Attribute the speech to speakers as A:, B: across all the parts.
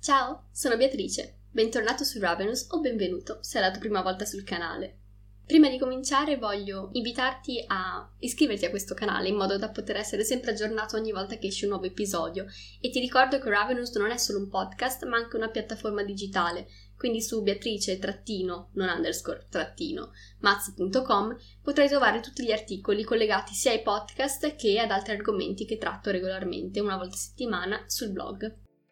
A: Ciao, sono Beatrice, bentornato su Ravenous o benvenuto se è la tua prima volta sul canale. Prima di cominciare voglio invitarti a iscriverti a questo canale in modo da poter essere sempre aggiornato ogni volta che esce un nuovo episodio e ti ricordo che Ravenous non è solo un podcast ma anche una piattaforma digitale, quindi su Beatrice-Maz.com potrai trovare tutti gli articoli collegati sia ai podcast che ad altri argomenti che tratto regolarmente una volta a settimana sul blog.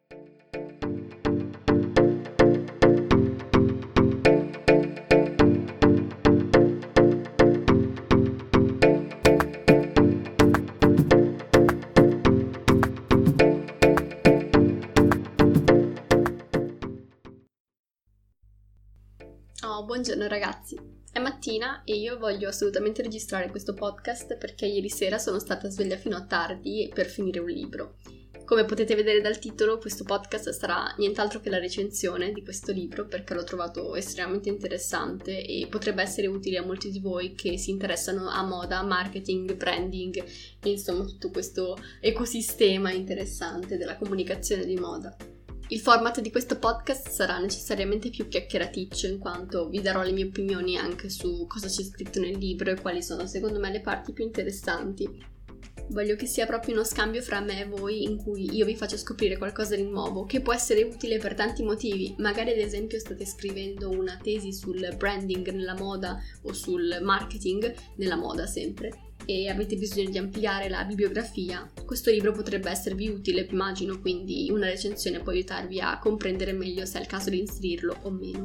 A: Buongiorno ragazzi, è mattina e io voglio assolutamente registrare questo podcast perché ieri sera sono stata sveglia fino a tardi per finire un libro. Come potete vedere dal titolo, questo podcast sarà nient'altro che la recensione di questo libro perché l'ho trovato estremamente interessante e potrebbe essere utile a molti di voi che si interessano a moda, marketing, branding e insomma tutto questo ecosistema interessante della comunicazione di moda. Il format di questo podcast sarà necessariamente più chiacchieraticcio in quanto vi darò le mie opinioni anche su cosa c'è scritto nel libro e quali sono secondo me le parti più interessanti. Voglio che sia proprio uno scambio fra me e voi in cui io vi faccio scoprire qualcosa di nuovo che può essere utile per tanti motivi. Magari ad esempio state scrivendo una tesi sul branding nella moda o sul marketing nella moda sempre e avete bisogno di ampliare la bibliografia, questo libro potrebbe esservi utile, immagino, quindi una recensione può aiutarvi a comprendere meglio se è il caso di inserirlo o meno.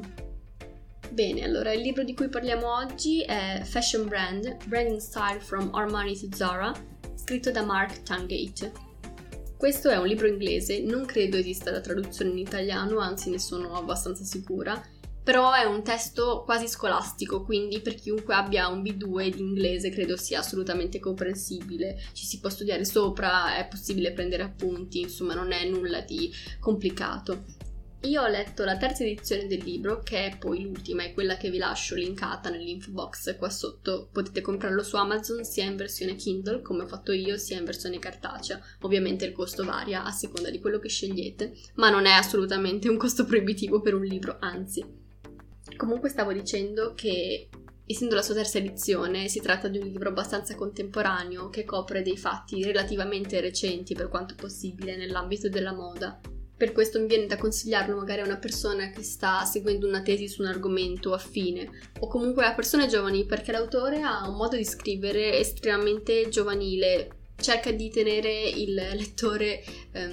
A: Bene, allora il libro di cui parliamo oggi è Fashion Brand, Branding Style from Armani to Zara, scritto da Mark Tangate. Questo è un libro inglese, non credo esista la traduzione in italiano, anzi ne sono abbastanza sicura, però è un testo quasi scolastico, quindi per chiunque abbia un B2 di inglese credo sia assolutamente comprensibile, ci si può studiare sopra, è possibile prendere appunti, insomma non è nulla di complicato. Io ho letto la terza edizione del libro, che è poi l'ultima, è quella che vi lascio linkata nell'info box qua sotto, potete comprarlo su Amazon sia in versione Kindle, come ho fatto io, sia in versione cartacea, ovviamente il costo varia a seconda di quello che scegliete, ma non è assolutamente un costo proibitivo per un libro, anzi. Comunque stavo dicendo che, essendo la sua terza edizione, si tratta di un libro abbastanza contemporaneo che copre dei fatti relativamente recenti per quanto possibile nell'ambito della moda. Per questo mi viene da consigliarlo magari a una persona che sta seguendo una tesi su un argomento affine o comunque a persone giovani perché l'autore ha un modo di scrivere estremamente giovanile. Cerca di tenere il lettore,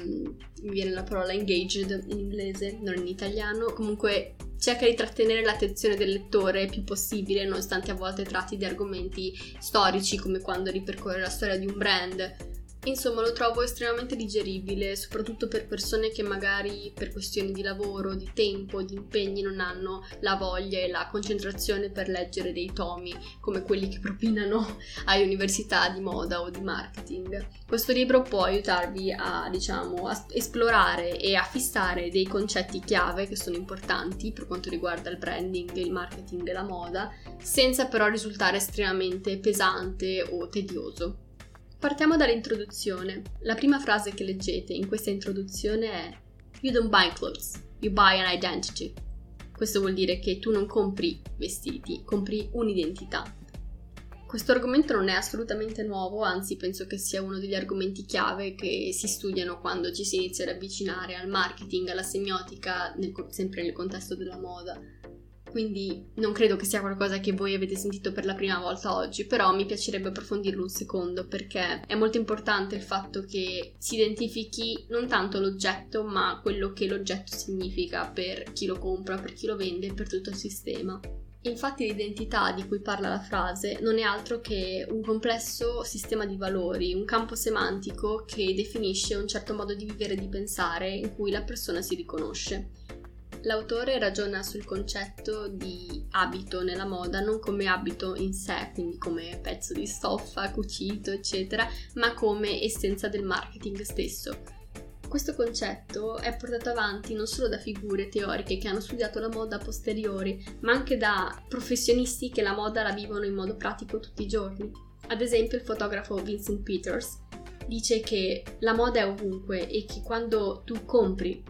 A: mi viene la parola engaged in inglese, non in italiano, comunque cerca di trattenere l'attenzione del lettore il più possibile, nonostante a volte tratti di argomenti storici come quando ripercorre la storia di un brand. Insomma, lo trovo estremamente digeribile, soprattutto per persone che magari per questioni di lavoro, di tempo, di impegni non hanno la voglia e la concentrazione per leggere dei tomi come quelli che propinano alle università di moda o di marketing. Questo libro può aiutarvi a esplorare e a fissare dei concetti chiave che sono importanti per quanto riguarda il branding, il marketing e la moda, senza però risultare estremamente pesante o tedioso. Partiamo dall'introduzione. La prima frase che leggete in questa introduzione è You don't buy clothes, you buy an identity. Questo vuol dire che tu non compri vestiti, compri un'identità. Questo argomento non è assolutamente nuovo, anzi penso che sia uno degli argomenti chiave che si studiano quando ci si inizia ad avvicinare al marketing, alla semiotica, sempre nel contesto della moda. Quindi non credo che sia qualcosa che voi avete sentito per la prima volta oggi, però mi piacerebbe approfondirlo un secondo perché è molto importante il fatto che si identifichi non tanto l'oggetto ma quello che l'oggetto significa per chi lo compra, per chi lo vende e per tutto il sistema. Infatti l'identità di cui parla la frase non è altro che un complesso sistema di valori, un campo semantico che definisce un certo modo di vivere e di pensare in cui la persona si riconosce. L'autore ragiona sul concetto di abito nella moda non come abito in sé, quindi come pezzo di stoffa, cucito, eccetera, ma come essenza del marketing stesso. Questo concetto è portato avanti non solo da figure teoriche che hanno studiato la moda a posteriori, ma anche da professionisti che la moda la vivono in modo pratico tutti i giorni. Ad esempio il fotografo Vincent Peters dice che la moda è ovunque e che quando tu compri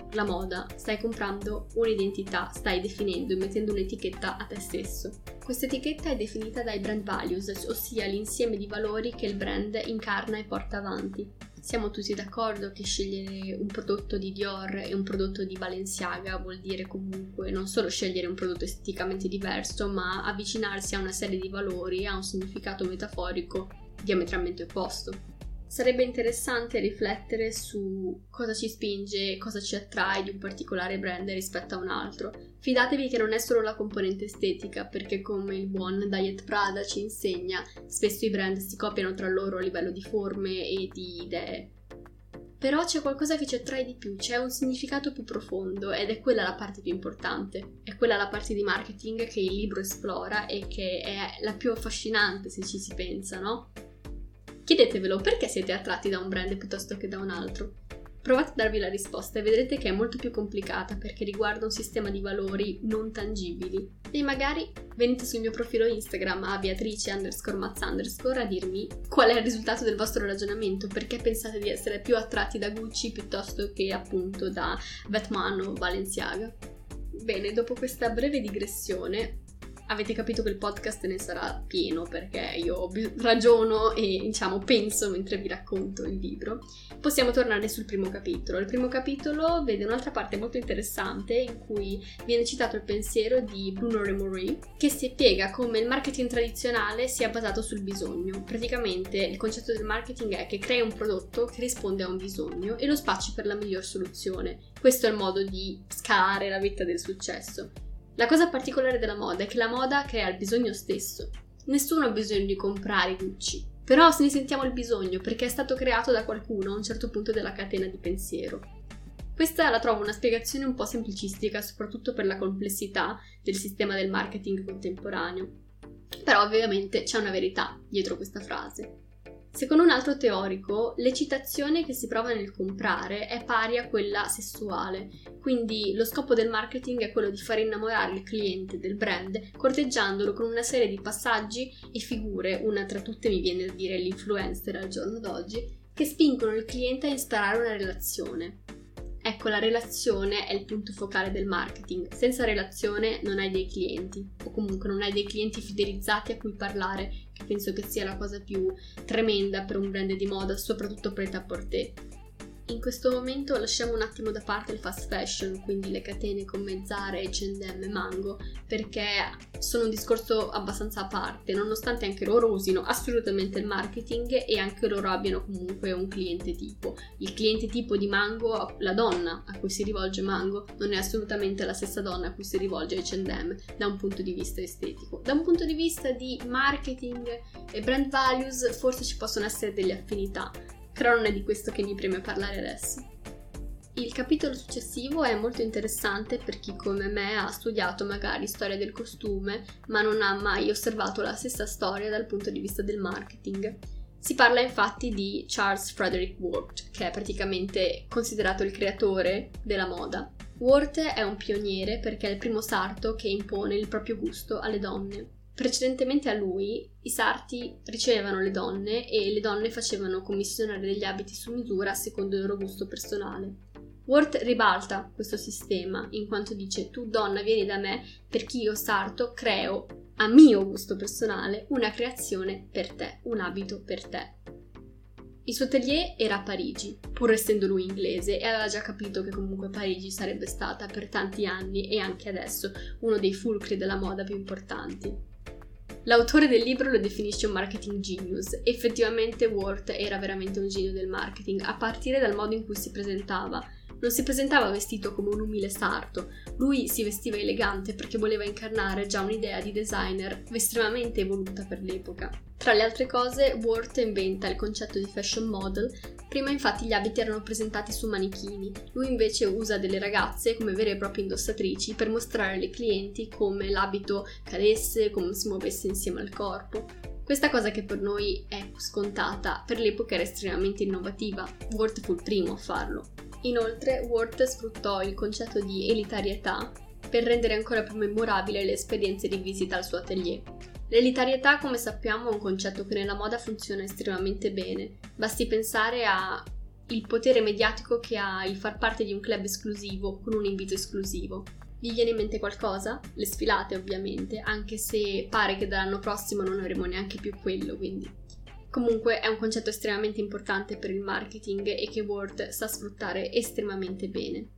A: la moda, stai comprando un'identità, stai definendo e mettendo un'etichetta a te stesso. Questa etichetta è definita dai brand values, ossia l'insieme di valori che il brand incarna e porta avanti. Siamo tutti d'accordo che scegliere un prodotto di Dior e un prodotto di Balenciaga vuol dire comunque non solo scegliere un prodotto esteticamente diverso, ma avvicinarsi a una serie di valori, a un significato metaforico diametralmente opposto. Sarebbe interessante riflettere su cosa ci spinge e cosa ci attrae di un particolare brand rispetto a un altro. Fidatevi che non è solo la componente estetica, perché come il buon Diet Prada ci insegna, spesso i brand si copiano tra loro a livello di forme e di idee. Però c'è qualcosa che ci attrae di più, c'è un significato più profondo ed è quella la parte più importante. È quella la parte di marketing che il libro esplora e che è la più affascinante se ci si pensa, no? Chiedetevelo perché siete attratti da un brand piuttosto che da un altro. Provate a darvi la risposta e vedrete che è molto più complicata perché riguarda un sistema di valori non tangibili. E magari venite sul mio profilo Instagram a Beatrice_Mazza_ a dirmi qual è il risultato del vostro ragionamento, perché pensate di essere più attratti da Gucci piuttosto che appunto da Batman o Balenciaga. Bene, dopo questa breve digressione avete capito che il podcast ne sarà pieno perché io ragiono e penso mentre vi racconto il libro. Possiamo tornare sul primo capitolo. Il primo capitolo vede un'altra parte molto interessante in cui viene citato il pensiero di Bruno Remory che spiega come il marketing tradizionale sia basato sul bisogno. Praticamente il concetto del marketing è che crei un prodotto che risponde a un bisogno e lo spacci per la miglior soluzione. Questo è il modo di scalare la vetta del successo. La cosa particolare della moda è che la moda crea il bisogno stesso. Nessuno ha bisogno di comprare Gucci, però se ne sentiamo il bisogno perché è stato creato da qualcuno a un certo punto della catena di pensiero. Questa la trovo una spiegazione un po' semplicistica, soprattutto per la complessità del sistema del marketing contemporaneo. Però ovviamente c'è una verità dietro questa frase. Secondo un altro teorico, l'eccitazione che si prova nel comprare è pari a quella sessuale, quindi lo scopo del marketing è quello di far innamorare il cliente del brand corteggiandolo con una serie di passaggi e figure, una tra tutte mi viene a dire l'influencer al giorno d'oggi, che spingono il cliente a instaurare una relazione. Ecco, la relazione è il punto focale del marketing. Senza relazione non hai dei clienti, o comunque non hai dei clienti fidelizzati a cui parlare, che penso che sia la cosa più tremenda per un brand di moda, soprattutto prêt-à-porter. In questo momento lasciamo un attimo da parte il fast fashion, quindi le catene come Zara, H&M e Mango, perché sono un discorso abbastanza a parte, nonostante anche loro usino assolutamente il marketing e anche loro abbiano comunque un cliente tipo. Il cliente tipo di Mango, la donna a cui si rivolge Mango, non è assolutamente la stessa donna a cui si rivolge H&M da un punto di vista estetico. Da un punto di vista di marketing e brand values forse ci possono essere delle affinità, però non è di questo che mi preme parlare adesso. Il capitolo successivo è molto interessante per chi come me ha studiato magari storia del costume, ma non ha mai osservato la stessa storia dal punto di vista del marketing. Si parla infatti di Charles Frederick Worth, che è praticamente considerato il creatore della moda. Worth è un pioniere perché è il primo sarto che impone il proprio gusto alle donne. Precedentemente a lui, i sarti ricevevano le donne e le donne facevano commissionare degli abiti su misura secondo il loro gusto personale. Worth ribalta questo sistema, in quanto dice: tu donna vieni da me perché io sarto creo, a mio gusto personale, una creazione per te, un abito per te. Il suo atelier era a Parigi, pur essendo lui inglese, e aveva già capito che comunque Parigi sarebbe stata per tanti anni e anche adesso uno dei fulcri della moda più importanti. L'autore del libro lo definisce un marketing genius. Effettivamente Worth era veramente un genio del marketing, a partire dal modo in cui si presentava. Non si presentava vestito come un umile sarto, lui si vestiva elegante perché voleva incarnare già un'idea di designer estremamente evoluta per l'epoca. Tra le altre cose, Worth inventa il concetto di fashion model. Prima infatti gli abiti erano presentati su manichini, lui invece usa delle ragazze come vere e proprie indossatrici per mostrare alle clienti come l'abito cadesse, come si muovesse insieme al corpo. Questa cosa che per noi è scontata, per l'epoca era estremamente innovativa, Worth fu il primo a farlo. Inoltre, Worth sfruttò il concetto di elitarietà per rendere ancora più memorabile le esperienze di visita al suo atelier. L'elitarietà, come sappiamo, è un concetto che nella moda funziona estremamente bene. Basti pensare a il potere mediatico che ha il far parte di un club esclusivo con un invito esclusivo. Vi viene in mente qualcosa? Le sfilate ovviamente, anche se pare che dall'anno prossimo non avremo neanche più quello, quindi... Comunque è un concetto estremamente importante per il marketing e che Worth sa sfruttare estremamente bene.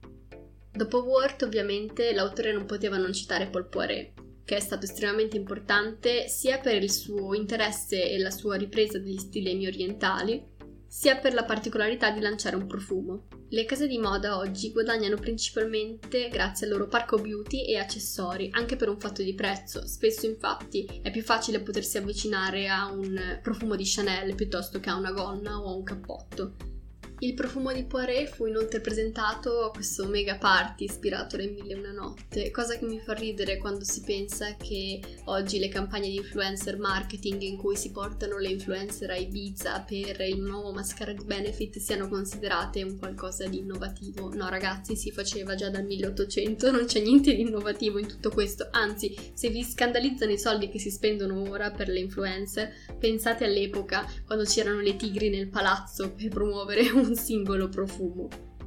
A: Dopo Worth ovviamente l'autore non poteva non citare Paul Poiret, che è stato estremamente importante sia per il suo interesse e la sua ripresa degli stilemi orientali, sia per la particolarità di lanciare un profumo. Le case di moda oggi guadagnano principalmente grazie al loro parco beauty e accessori, anche per un fatto di prezzo. Spesso infatti è più facile potersi avvicinare a un profumo di Chanel piuttosto che a una gonna o a un cappotto. Il profumo di Poiret fu inoltre presentato a questo mega party ispirato alle 1001 notte, cosa che mi fa ridere quando si pensa che oggi le campagne di influencer marketing in cui si portano le influencer a Ibiza per il nuovo mascara di Benefit siano considerate un qualcosa di innovativo. No ragazzi, si faceva già dal 1800, non c'è niente di innovativo in tutto questo, anzi, se vi scandalizzano i soldi che si spendono ora per le influencer, pensate all'epoca quando c'erano le tigri nel palazzo per promuovere un singolo profumo.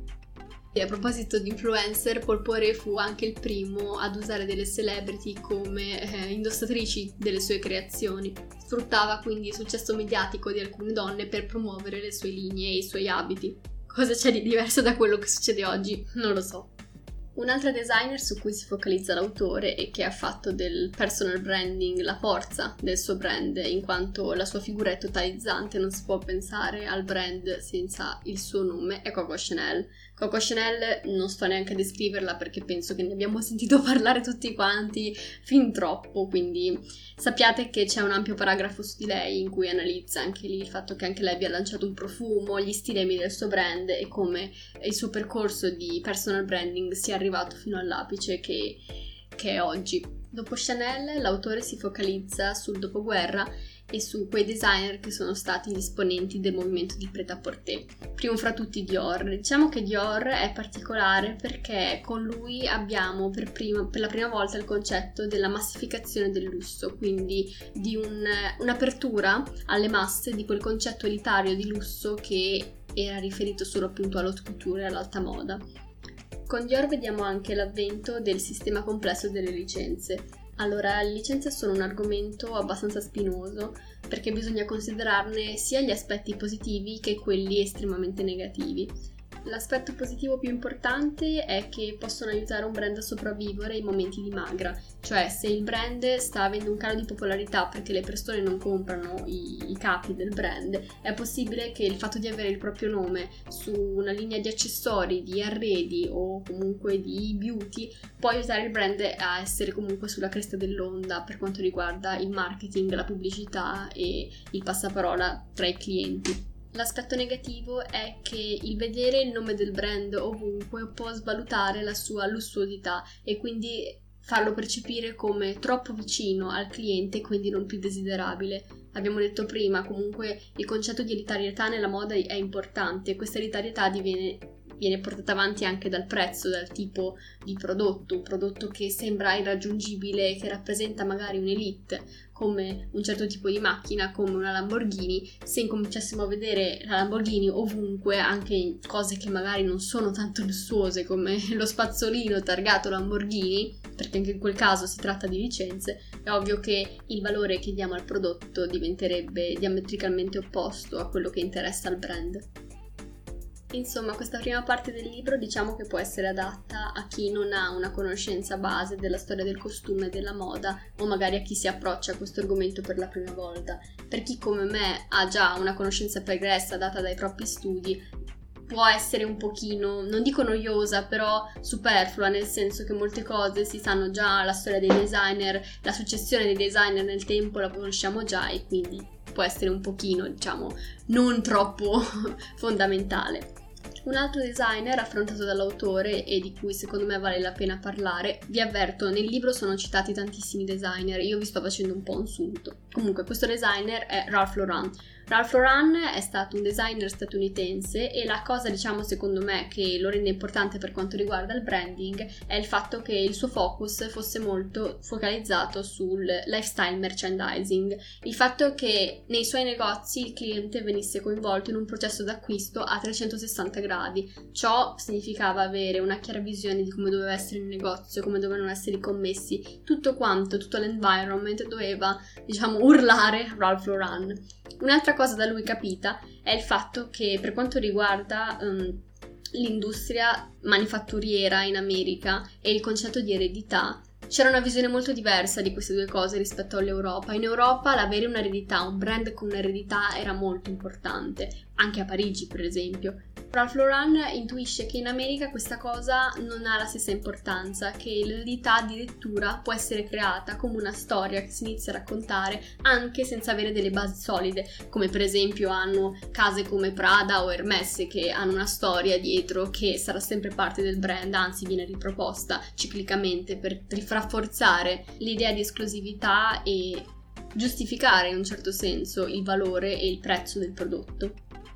A: E a proposito di influencer, Paul Poiret fu anche il primo ad usare delle celebrity come indossatrici delle sue creazioni. Sfruttava quindi il successo mediatico di alcune donne per promuovere le sue linee e i suoi abiti. Cosa c'è di diverso da quello che succede oggi? Non lo so. Un'altra designer su cui si focalizza l'autore e che ha fatto del personal branding la forza del suo brand, in quanto la sua figura è totalizzante, non si può pensare al brand senza il suo nome, è Coco Chanel. Coco Chanel non sto neanche a descriverla perché penso che ne abbiamo sentito parlare tutti quanti fin troppo, quindi sappiate che c'è un ampio paragrafo su di lei in cui analizza anche lì il fatto che anche lei abbia lanciato un profumo, gli stilemi del suo brand e come il suo percorso di personal branding sia arrivato fino all'apice che è oggi. Dopo Chanel, l'autore si focalizza sul dopoguerra e su quei designer che sono stati gli esponenti del movimento di prêt-à-porter. Primo fra tutti Dior. Diciamo che Dior è particolare perché con lui abbiamo per la prima volta il concetto della massificazione del lusso, quindi di un'apertura alle masse di quel concetto elitario di lusso che era riferito solo appunto all'haute couture e all'alta moda. Con Dior vediamo anche l'avvento del sistema complesso delle licenze. Allora, le licenze sono un argomento abbastanza spinoso perché bisogna considerarne sia gli aspetti positivi che quelli estremamente negativi. L'aspetto positivo più importante è che possono aiutare un brand a sopravvivere in momenti di magra, cioè se il brand sta avendo un calo di popolarità perché le persone non comprano i capi del brand, è possibile che il fatto di avere il proprio nome su una linea di accessori, di arredi o comunque di beauty può aiutare il brand a essere comunque sulla cresta dell'onda per quanto riguarda il marketing, la pubblicità e il passaparola tra i clienti. L'aspetto negativo è che il vedere il nome del brand ovunque può svalutare la sua lussuosità e quindi farlo percepire come troppo vicino al cliente e quindi non più desiderabile. Abbiamo detto prima, comunque il concetto di elitarietà nella moda è importante, questa elitarietà viene portata avanti anche dal prezzo, dal tipo di prodotto, un prodotto che sembra irraggiungibile, che rappresenta magari un'elite, come un certo tipo di macchina, come una Lamborghini. Se incominciassimo a vedere la Lamborghini ovunque, anche in cose che magari non sono tanto lussuose come lo spazzolino targato Lamborghini, perché anche in quel caso si tratta di licenze, è ovvio che il valore che diamo al prodotto diventerebbe diametricalmente opposto a quello che interessa al brand. Insomma, questa prima parte del libro diciamo che può essere adatta a chi non ha una conoscenza base della storia del costume e della moda, o magari a chi si approccia a questo argomento per la prima volta. Per chi come me ha già una conoscenza pregressa data dai propri studi, può essere un pochino, non dico noiosa, però superflua, nel senso che molte cose si sanno già, la storia dei designer, la successione dei designer nel tempo la conosciamo già e quindi può essere un pochino, diciamo, non troppo fondamentale. Un altro designer affrontato dall'autore e di cui secondo me vale la pena parlare, vi avverto, nel libro sono citati tantissimi designer, io vi sto facendo un po' un sunto. Comunque questo designer è Ralph Lauren. Ralph Lauren è stato un designer statunitense e la cosa, diciamo, secondo me che lo rende importante per quanto riguarda il branding è il fatto che il suo focus fosse molto focalizzato sul lifestyle merchandising, il fatto che nei suoi negozi il cliente venisse coinvolto in un processo d'acquisto a 360 gradi. Ciò significava avere una chiara visione di come doveva essere il negozio, come dovevano essere i commessi, tutto l'environment doveva, diciamo, urlare Ralph Lauren. Un'altra cosa da lui capita è il fatto che per quanto riguarda l'industria manifatturiera in America e il concetto di eredità, c'era una visione molto diversa di queste due cose rispetto all'Europa. In Europa l'avere un'eredità, un brand con un'eredità era molto importante, anche a Parigi per esempio. Ralph Lauren intuisce che in America questa cosa non ha la stessa importanza, che l'eredità addirittura può essere creata come una storia che si inizia a raccontare anche senza avere delle basi solide, come per esempio hanno case come Prada o Hermès che hanno una storia dietro che sarà sempre parte del brand, anzi viene riproposta ciclicamente per rafforzare l'idea di esclusività e giustificare in un certo senso il valore e il prezzo del prodotto.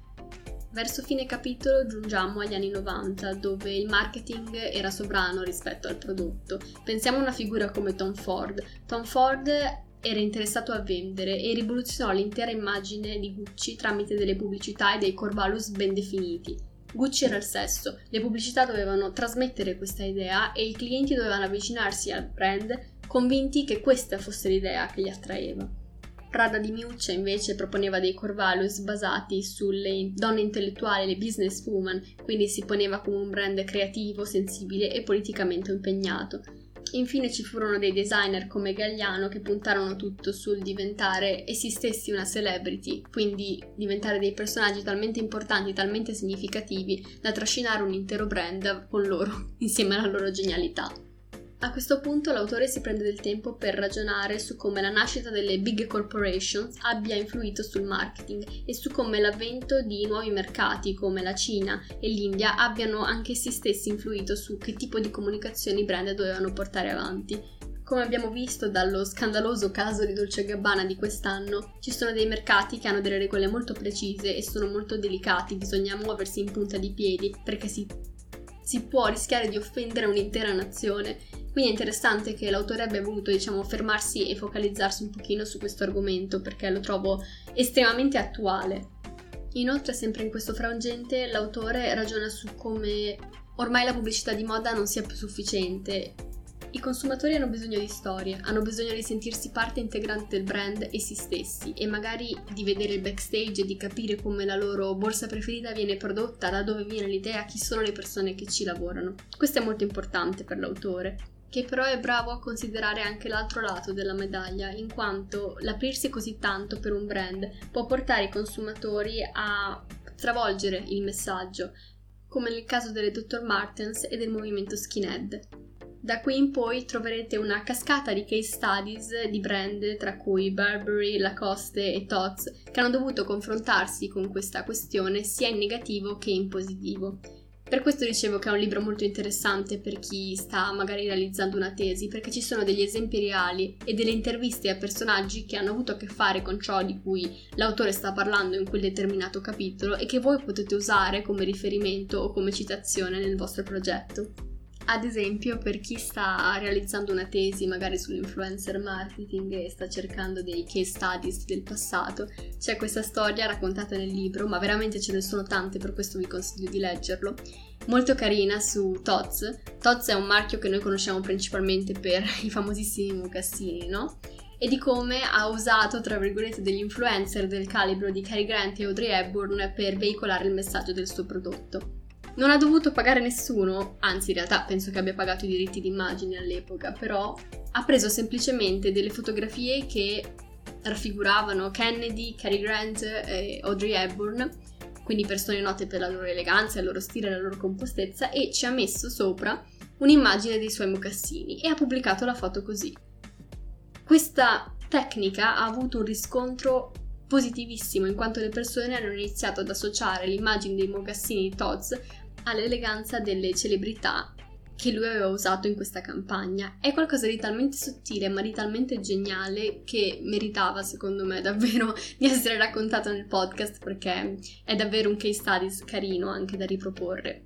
A: Verso fine capitolo giungiamo agli anni 90, dove il marketing era sovrano rispetto al prodotto. Pensiamo a una figura come Tom Ford. Tom Ford era interessato a vendere e rivoluzionò l'intera immagine di Gucci tramite delle pubblicità e dei core values ben definiti. Gucci era il sesso, le pubblicità dovevano trasmettere questa idea e i clienti dovevano avvicinarsi al brand convinti che questa fosse l'idea che li attraeva. Prada di Miuccia invece proponeva dei core values basati sulle donne intellettuali, le businesswoman, quindi si poneva come un brand creativo, sensibile e politicamente impegnato. Infine ci furono dei designer come Galliano che puntarono tutto sul diventare essi stessi una celebrity, quindi diventare dei personaggi talmente importanti, talmente significativi da trascinare un intero brand con loro, insieme alla loro genialità. A questo punto l'autore si prende del tempo per ragionare su come la nascita delle big corporations abbia influito sul marketing e su come l'avvento di nuovi mercati come la Cina e l'India abbiano anche essi stessi influito su che tipo di comunicazioni i brand dovevano portare avanti. Come abbiamo visto dallo scandaloso caso di Dolce & Gabbana di quest'anno, ci sono dei mercati che hanno delle regole molto precise e sono molto delicati, bisogna muoversi in punta di piedi perché si può rischiare di offendere un'intera nazione. Quindi è interessante che l'autore abbia voluto, fermarsi e focalizzarsi un pochino su questo argomento perché lo trovo estremamente attuale. Inoltre, sempre in questo frangente, l'autore ragiona su come ormai la pubblicità di moda non sia più sufficiente. I consumatori hanno bisogno di storie, hanno bisogno di sentirsi parte integrante del brand essi stessi e magari di vedere il backstage e di capire come la loro borsa preferita viene prodotta, da dove viene l'idea, chi sono le persone che ci lavorano. Questo è molto importante per l'autore, che però è bravo a considerare anche l'altro lato della medaglia, in quanto l'aprirsi così tanto per un brand può portare i consumatori a travolgere il messaggio, come nel caso delle Dr. Martens e del movimento skinhead. Da qui in poi troverete una cascata di case studies di brand tra cui Burberry, Lacoste e Tod's che hanno dovuto confrontarsi con questa questione sia in negativo che in positivo. Per questo dicevo che è un libro molto interessante per chi sta magari realizzando una tesi, perché ci sono degli esempi reali e delle interviste a personaggi che hanno avuto a che fare con ciò di cui l'autore sta parlando in quel determinato capitolo e che voi potete usare come riferimento o come citazione nel vostro progetto. Ad esempio, per chi sta realizzando una tesi magari sull'influencer marketing e sta cercando dei case studies del passato, c'è questa storia raccontata nel libro, ma veramente ce ne sono tante, per questo vi consiglio di leggerlo, molto carina su Tod's. Tod's è un marchio che noi conosciamo principalmente per i famosissimi mocassini, no? E di come ha usato, tra virgolette, degli influencer del calibro di Cary Grant e Audrey Hepburn per veicolare il messaggio del suo prodotto. Non ha dovuto pagare nessuno, anzi in realtà penso che abbia pagato i diritti d'immagine all'epoca, però ha preso semplicemente delle fotografie che raffiguravano Kennedy, Cary Grant e Audrey Hepburn, quindi persone note per la loro eleganza, il loro stile e la loro compostezza, e ci ha messo sopra un'immagine dei suoi mocassini e ha pubblicato la foto così. Questa tecnica ha avuto un riscontro positivissimo, in quanto le persone hanno iniziato ad associare l'immagine dei mocassini di Tod's all'eleganza delle celebrità che lui aveva usato in questa campagna. È qualcosa di talmente sottile ma di talmente geniale che meritava, secondo me, davvero di essere raccontato nel podcast, perché è davvero un case study carino anche da riproporre.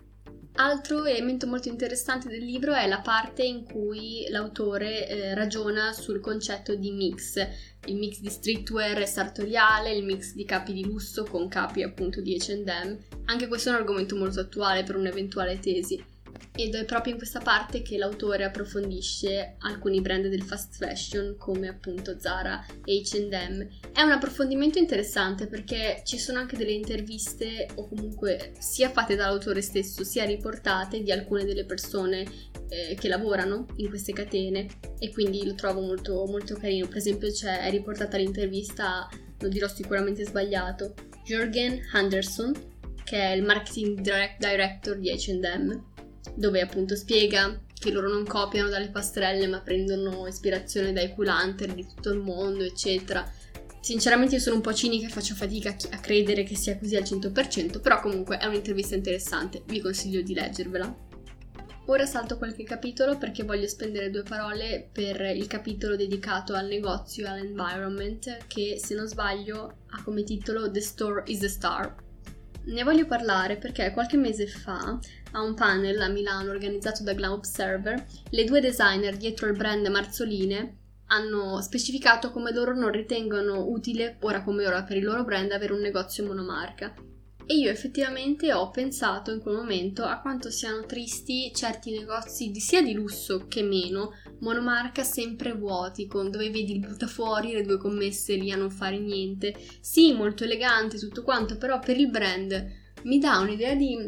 A: Altro elemento molto interessante del libro è la parte in cui l'autore ragiona sul concetto di mix, il mix di streetwear sartoriale, il mix di capi di lusso con capi appunto di H&M. Anche questo è un argomento molto attuale per un'eventuale tesi. Ed è proprio in questa parte che l'autore approfondisce alcuni brand del fast fashion come appunto Zara e H&M. È un approfondimento interessante perché ci sono anche delle interviste, o comunque sia fatte dall'autore stesso sia riportate, di alcune delle persone che lavorano in queste catene, e quindi lo trovo molto, molto carino. Per esempio è riportata l'intervista, lo dirò sicuramente sbagliato, Jürgen Anderson, che è il marketing director di H&M, dove appunto spiega che loro non copiano dalle passerelle ma prendono ispirazione dai Q-Lantern di tutto il mondo, eccetera. Sinceramente io sono un po' cinica e faccio fatica a credere che sia così al 100%, però comunque è un'intervista interessante, vi consiglio di leggervela. Ora salto qualche capitolo perché voglio spendere 2 parole per il capitolo dedicato al negozio e all'environment, che se non sbaglio ha come titolo The Store is the Star. Ne voglio parlare perché qualche mese fa, a un panel a Milano organizzato da Glam Observer, le 2 designer dietro il brand Marzoline hanno specificato come loro non ritengono utile, ora come ora per il loro brand, avere un negozio monomarca. E io effettivamente ho pensato in quel momento a quanto siano tristi certi negozi sia di lusso che meno, monomarca sempre vuoti, dove vedi il buttafuori, le 2 commesse lì a non fare niente. Sì, molto elegante tutto quanto, però per il brand mi dà un'idea di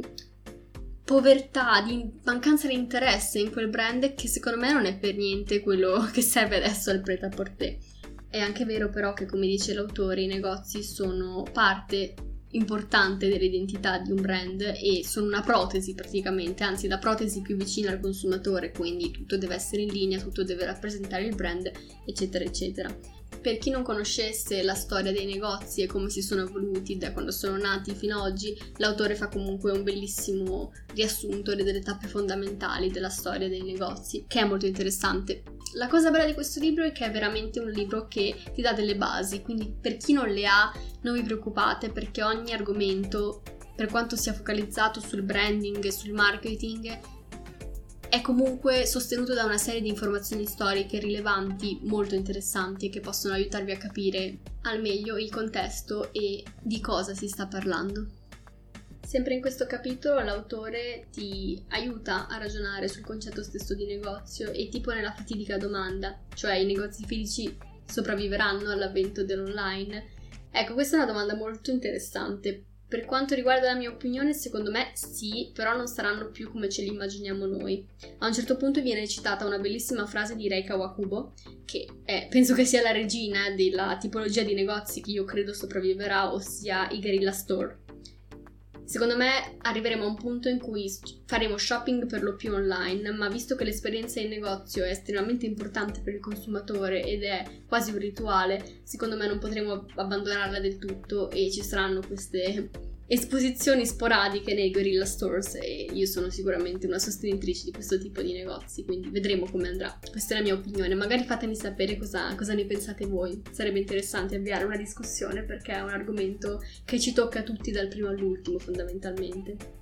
A: povertà, di mancanza di interesse in quel brand, che secondo me non è per niente quello che serve adesso al prêt-à-porter. È anche vero però che, come dice l'autore, i negozi sono parte importante dell'identità di un brand e sono una protesi praticamente, anzi la protesi più vicina al consumatore, quindi tutto deve essere in linea, tutto deve rappresentare il brand, eccetera eccetera. Per chi non conoscesse la storia dei negozi e come si sono evoluti da quando sono nati fino ad oggi, l'autore fa comunque un bellissimo riassunto delle tappe fondamentali della storia dei negozi, che è molto interessante. La cosa bella di questo libro è che è veramente un libro che ti dà delle basi, quindi per chi non le ha non vi preoccupate, perché ogni argomento, per quanto sia focalizzato sul branding e sul marketing, è comunque sostenuto da una serie di informazioni storiche rilevanti, molto interessanti, e che possono aiutarvi a capire al meglio il contesto e di cosa si sta parlando. Sempre in questo capitolo l'autore ti aiuta a ragionare sul concetto stesso di negozio e ti pone la fatidica domanda, cioè i negozi fisici sopravviveranno all'avvento dell'online? Ecco, questa è una domanda molto interessante. Per quanto riguarda la mia opinione, secondo me sì, però non saranno più come ce li immaginiamo noi. A un certo punto viene citata una bellissima frase di Rei Kawakubo, che penso che sia la regina della tipologia di negozi che io credo sopravviverà, ossia i guerrilla store. Secondo me arriveremo a un punto in cui faremo shopping per lo più online, ma visto che l'esperienza in negozio è estremamente importante per il consumatore ed è quasi un rituale, secondo me non potremo abbandonarla del tutto e ci saranno queste esposizioni sporadiche nei guerrilla stores, e io sono sicuramente una sostenitrice di questo tipo di negozi, quindi vedremo come andrà. Questa è la mia opinione, magari fatemi sapere cosa ne pensate voi. Sarebbe interessante avviare una discussione perché è un argomento che ci tocca tutti dal primo all'ultimo fondamentalmente.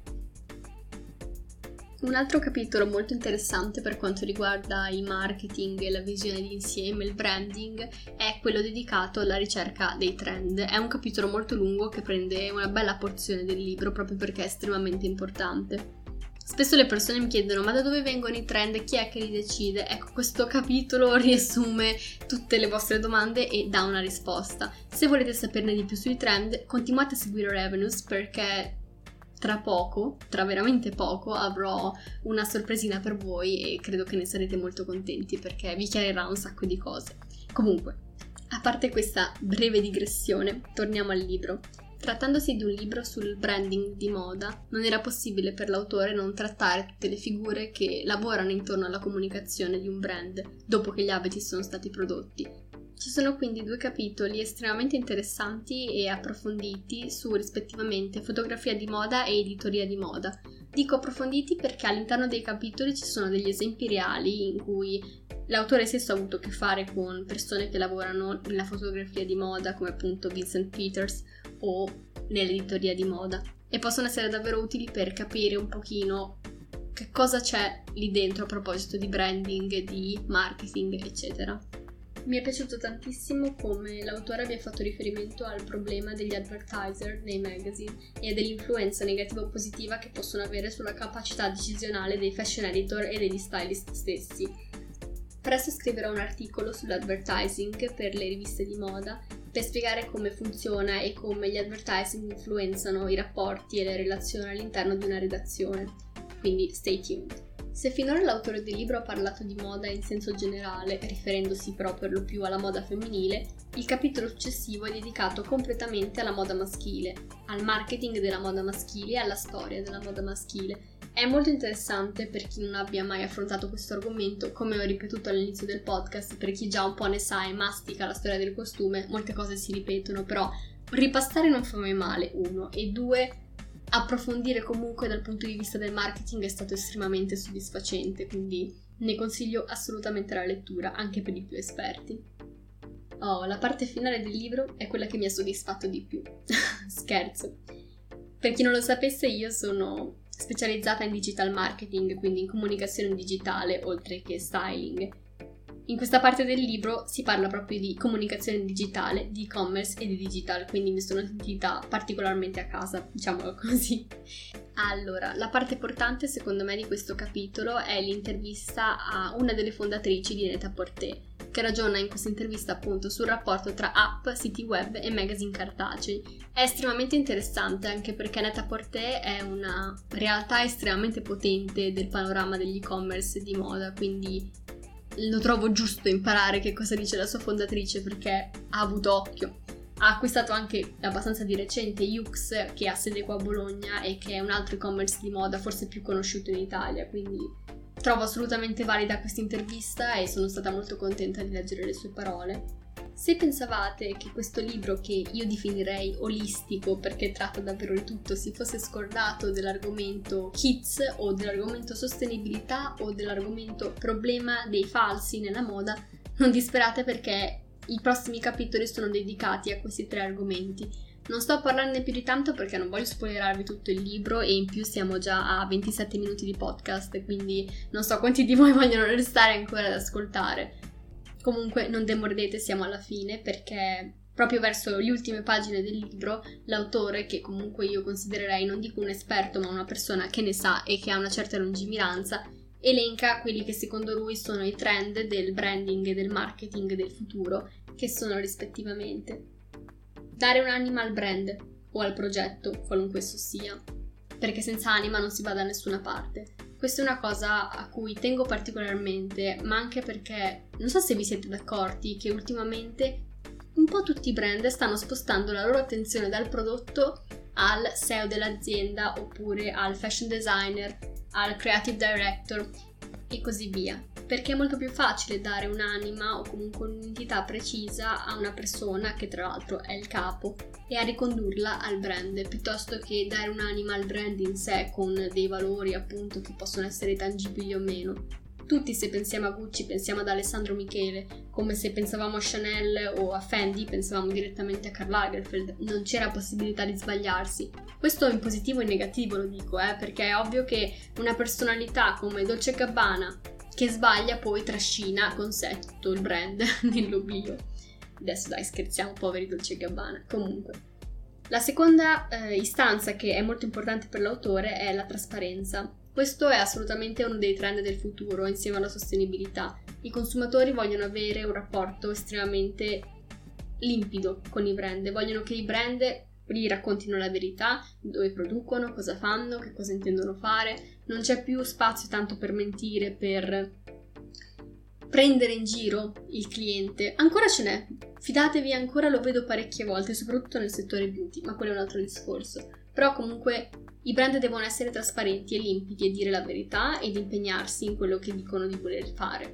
A: Un altro capitolo molto interessante per quanto riguarda il marketing e la visione d'insieme, il branding, è quello dedicato alla ricerca dei trend. È un capitolo molto lungo che prende una bella porzione del libro proprio perché è estremamente importante. Spesso le persone mi chiedono: ma da dove vengono i trend? Chi è che li decide? Ecco, questo capitolo riassume tutte le vostre domande e dà una risposta. Se volete saperne di più sui trend, continuate a seguire Revenues, perché tra veramente poco, avrò una sorpresina per voi e credo che ne sarete molto contenti perché vi chiarirà un sacco di cose. Comunque, a parte questa breve digressione, torniamo al libro. Trattandosi di un libro sul branding di moda, non era possibile per l'autore non trattare tutte le figure che lavorano intorno alla comunicazione di un brand dopo che gli abiti sono stati prodotti. Ci sono quindi 2 capitoli estremamente interessanti e approfonditi su rispettivamente fotografia di moda e editoria di moda. Dico approfonditi perché all'interno dei capitoli ci sono degli esempi reali in cui l'autore stesso ha avuto a che fare con persone che lavorano nella fotografia di moda, come appunto Vincent Peters, o nell'editoria di moda, e possono essere davvero utili per capire un pochino che cosa c'è lì dentro a proposito di branding, di marketing, eccetera. Mi è piaciuto tantissimo come l'autore abbia fatto riferimento al problema degli advertiser nei magazine e dell'influenza negativa o positiva che possono avere sulla capacità decisionale dei fashion editor e degli stylist stessi. Presto scriverò un articolo sull'advertising per le riviste di moda per spiegare come funziona e come gli advertising influenzano i rapporti e le relazioni all'interno di una redazione, quindi stay tuned. Se finora l'autore del libro ha parlato di moda in senso generale, riferendosi però per lo più alla moda femminile, il capitolo successivo è dedicato completamente alla moda maschile, al marketing della moda maschile e alla storia della moda maschile. È molto interessante per chi non abbia mai affrontato questo argomento, come ho ripetuto all'inizio del podcast, per chi già un po' ne sa e mastica la storia del costume, molte cose si ripetono, però ripassare non fa mai male, uno, e due, approfondire comunque dal punto di vista del marketing è stato estremamente soddisfacente, quindi ne consiglio assolutamente la lettura, anche per i più esperti. La parte finale del libro è quella che mi ha soddisfatto di più. Scherzo. Per chi non lo sapesse, io sono specializzata in digital marketing, quindi in comunicazione digitale, oltre che styling. In questa parte del libro si parla proprio di comunicazione digitale, di e-commerce e di digital, quindi mi sono sentita particolarmente a casa, diciamolo così. Allora, la parte portante secondo me di questo capitolo è l'intervista a una delle fondatrici di Net-a-Porter, che ragiona in questa intervista appunto sul rapporto tra app, siti web e magazine cartacei. È estremamente interessante anche perché Net-a-Porter è una realtà estremamente potente del panorama degli e-commerce di moda, quindi lo trovo giusto imparare che cosa dice la sua fondatrice perché ha avuto occhio. Ha acquistato anche abbastanza di recente Yoox, che ha sede qua a Bologna e che è un altro e-commerce di moda forse più conosciuto in Italia, quindi trovo assolutamente valida questa intervista e sono stata molto contenta di leggere le sue parole. Se pensavate che questo libro, che io definirei olistico perché tratta davvero di tutto, si fosse scordato dell'argomento kids o dell'argomento sostenibilità o dell'argomento problema dei falsi nella moda, non disperate perché i prossimi capitoli sono dedicati a questi tre argomenti. Non sto a parlarne più di tanto perché non voglio spoilerarvi tutto il libro e in più siamo già a 27 minuti di podcast, quindi non so quanti di voi vogliono restare ancora ad ascoltare. Comunque non demordete, siamo alla fine perché proprio verso le ultime pagine del libro l'autore, che comunque io considererei non dico un esperto ma una persona che ne sa e che ha una certa lungimiranza, elenca quelli che secondo lui sono i trend del branding e del marketing del futuro, che sono rispettivamente dare un'anima al brand o al progetto, qualunque esso sia, perché senza anima non si va da nessuna parte. Questa è una cosa a cui tengo particolarmente, ma anche perché non so se vi siete accorti che ultimamente un po' tutti i brand stanno spostando la loro attenzione dal prodotto al CEO dell'azienda oppure al fashion designer, al creative director e così via, perché è molto più facile dare un'anima o comunque un'identità precisa a una persona che tra l'altro è il capo e a ricondurla al brand, piuttosto che dare un'anima al brand in sé con dei valori appunto che possono essere tangibili o meno. Tutti, se pensiamo a Gucci, pensiamo ad Alessandro Michele, come se pensavamo a Chanel o a Fendi pensavamo direttamente a Karl Lagerfeld. Non c'era possibilità di sbagliarsi. Questo in positivo e in negativo lo dico, perché è ovvio che una personalità come Dolce & Gabbana che sbaglia poi trascina con sé tutto il brand nell'oblio. Adesso dai, scherziamo, poveri Dolce & Gabbana. Comunque, la seconda istanza che è molto importante per l'autore è la trasparenza. Questo è assolutamente uno dei trend del futuro insieme alla sostenibilità. I consumatori vogliono avere un rapporto estremamente limpido con i brand, vogliono che i brand gli raccontino la verità, dove producono, cosa fanno, che cosa intendono fare. Non c'è più spazio tanto per mentire, per prendere in giro il cliente. Ancora ce n'è, fidatevi, ancora lo vedo parecchie volte, soprattutto nel settore beauty, ma quello è un altro discorso. Però comunque i brand devono essere trasparenti e limpidi e dire la verità ed impegnarsi in quello che dicono di voler fare.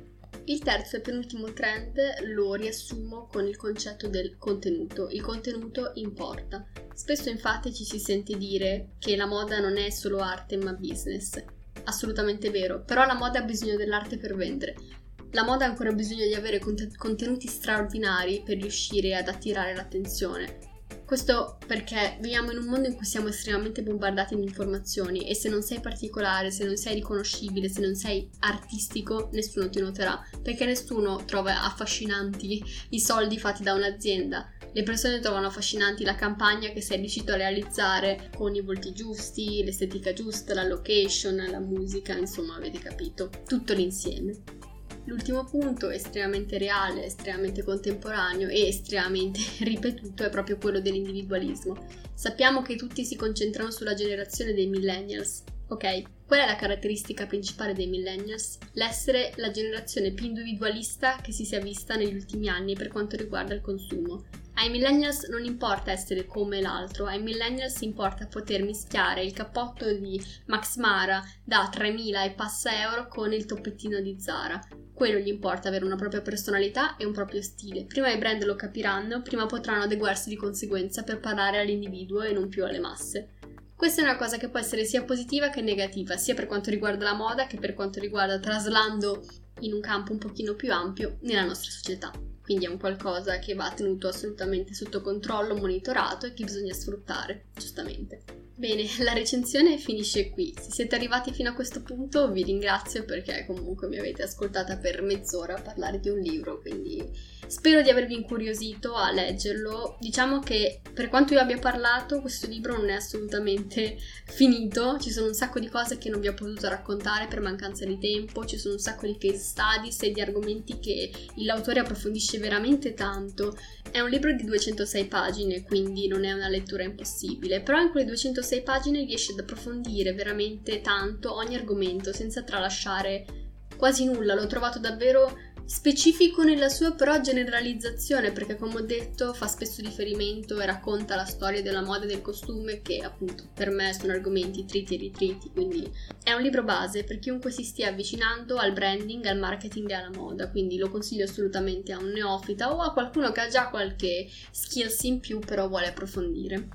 A: Il terzo e penultimo trend lo riassumo con il concetto del contenuto. Il contenuto importa. Spesso infatti ci si sente dire che la moda non è solo arte ma business. Assolutamente vero, però la moda ha bisogno dell'arte per vendere. La moda ha ancora bisogno di avere contenuti straordinari per riuscire ad attirare l'attenzione. Questo perché viviamo in un mondo in cui siamo estremamente bombardati di informazioni e se non sei particolare, se non sei riconoscibile, se non sei artistico, nessuno ti noterà, perché nessuno trova affascinanti i soldi fatti da un'azienda. Le persone trovano affascinanti la campagna che sei riuscito a realizzare con i volti giusti, l'estetica giusta, la location, la musica, insomma avete capito, tutto l'insieme. L'ultimo punto, estremamente reale, estremamente contemporaneo e estremamente ripetuto, è proprio quello dell'individualismo. Sappiamo che tutti si concentrano sulla generazione dei millennials, ok? Qual è la caratteristica principale dei millennials? L'essere la generazione più individualista che si sia vista negli ultimi anni per quanto riguarda il consumo. Ai millennials non importa essere come l'altro, ai millennials importa poter mischiare il cappotto di Max Mara da 3.000 e passa euro con il toppettino di Zara. Quello gli importa, avere una propria personalità e un proprio stile. Prima i brand lo capiranno, prima potranno adeguarsi di conseguenza per parlare all'individuo e non più alle masse. Questa è una cosa che può essere sia positiva che negativa, sia per quanto riguarda la moda che per quanto riguarda traslando in un campo un pochino più ampio nella nostra società. Quindi è un qualcosa che va tenuto assolutamente sotto controllo, monitorato e che bisogna sfruttare, giustamente. Bene, la recensione finisce qui. Se siete arrivati fino a questo punto vi ringrazio perché comunque mi avete ascoltata per mezz'ora parlare di un libro, quindi spero di avervi incuriosito a leggerlo. Diciamo che per quanto io abbia parlato, questo libro non è assolutamente finito, ci sono un sacco di cose che non vi ho potuto raccontare per mancanza di tempo, ci sono un sacco di case studies e di argomenti che l'autore approfondisce veramente tanto. È un libro di 206 pagine, quindi non è una lettura impossibile, però in quelle 206 pagine riesce ad approfondire veramente tanto ogni argomento senza tralasciare quasi nulla. L'ho trovato davvero specifico nella sua però generalizzazione, perché come ho detto fa spesso riferimento e racconta la storia della moda e del costume, che appunto per me sono argomenti triti e ritriti, quindi è un libro base per chiunque si stia avvicinando al branding, al marketing e alla moda, quindi lo consiglio assolutamente a un neofita o a qualcuno che ha già qualche skills in più però vuole approfondire.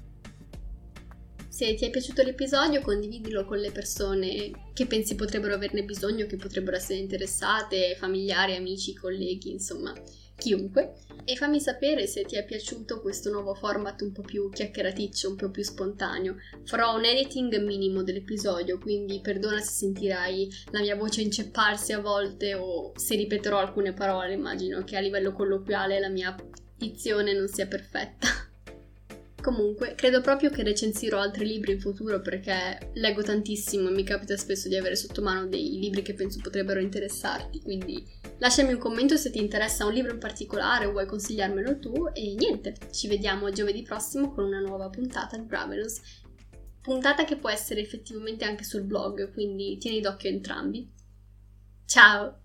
A: Se ti è piaciuto l'episodio, condividilo con le persone che pensi potrebbero averne bisogno, che potrebbero essere interessate, familiari, amici, colleghi, insomma, chiunque. E fammi sapere se ti è piaciuto questo nuovo format un po' più chiacchieraticcio, un po' più spontaneo. Farò un editing minimo dell'episodio, quindi perdona se sentirai la mia voce incepparsi a volte o se ripeterò alcune parole. Immagino che a livello colloquiale la mia dizione non sia perfetta. Comunque, credo proprio che recensirò altri libri in futuro perché leggo tantissimo e mi capita spesso di avere sotto mano dei libri che penso potrebbero interessarti, quindi lasciami un commento se ti interessa un libro in particolare o vuoi consigliarmelo tu e niente, ci vediamo giovedì prossimo con una nuova puntata di Bravenous, puntata che può essere effettivamente anche sul blog, quindi tieni d'occhio entrambi. Ciao!